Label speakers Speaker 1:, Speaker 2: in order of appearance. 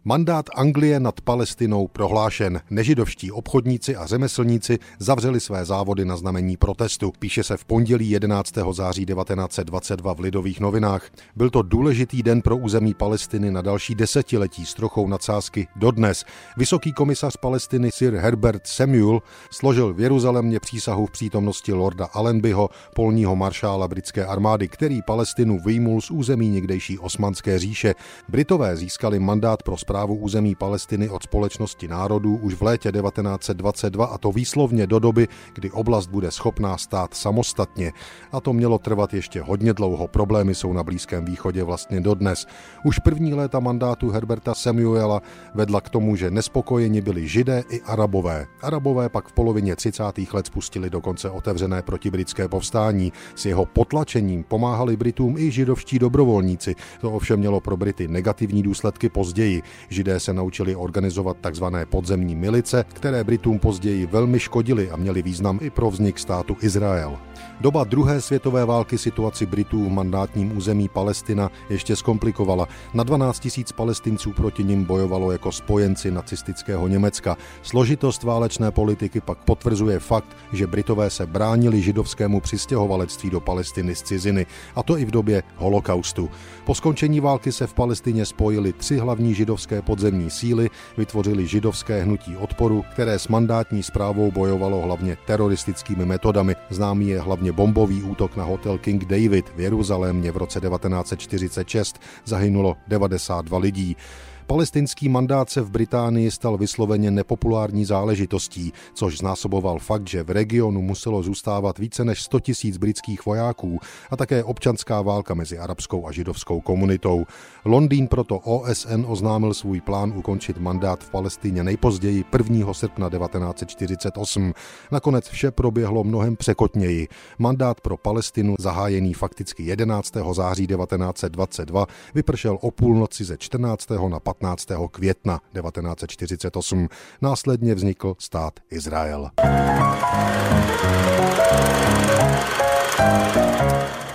Speaker 1: Mandát Anglie nad Palestinou prohlášen. Nežidovští obchodníci a řemeslníci zavřeli své závody na znamení protestu. Píše se v pondělí 11. září 1922 v Lidových novinách. Byl to důležitý den pro území Palestiny na další desetiletí s trochou nadsázky dodnes. Vysoký komisař Palestiny Sir Herbert Samuel složil v Jeruzalémě přísahu v přítomnosti lorda Allenbyho, polního maršála britské armády, který Palestinu vyjmul z území někdejší Osmanské říše. Britové získali mandát pro správu území Palestiny od Společnosti národů už v létě 1922, a to výslovně do doby, kdy oblast bude schopná stát samostatně. A to mělo trvat ještě hodně dlouho. Problémy jsou na Blízkém východě vlastně dodnes. Už první léta mandátu Herberta Samuela vedla k tomu, že nespokojeni byli Židé i Arabové. Arabové pak v polovině 30. let spustili dokonce otevřené protibritské povstání. S jeho potlačením pomáhali Britům i židovští dobrovolníci. To ovšem mělo pro Brity negativní důsledky později. Židé se naučili organizovat takzvané podzemní milice, které Britům později velmi škodily a měly význam i pro vznik státu Izrael. Doba druhé světové války situaci Britů v mandátním území Palestina ještě zkomplikovala. Na 12 000 Palestinců proti nim bojovalo jako spojenci nacistického Německa. Složitost válečné politiky pak potvrzuje fakt, že Britové se bránili židovskému přistěhovalectví do Palestiny z ciziny, a to i v době holokaustu. Po skončení války se v Palestině spojily 3 hlavní židovské podzemní síly, vytvořili židovské hnutí odporu, které s mandátní správou bojovalo hlavně teroristickými metodami. Známý je hlavně bombový útok na hotel King David v Jeruzalémě v roce 1946. Zahynulo 92 lidí. Palestinský mandát se v Británii stal vysloveně nepopulární záležitostí, což znásoboval fakt, že v regionu muselo zůstávat více než 100 000 britských vojáků a také občanská válka mezi arabskou a židovskou komunitou. Londýn proto OSN oznámil svůj plán ukončit mandát v Palestině nejpozději 1. srpna 1948. Nakonec vše proběhlo mnohem překotněji. Mandát pro Palestinu, zahájený fakticky 11. září 1922, vypršel o půlnoci ze 14. na 15. května 1948. Následně vznikl stát Izrael.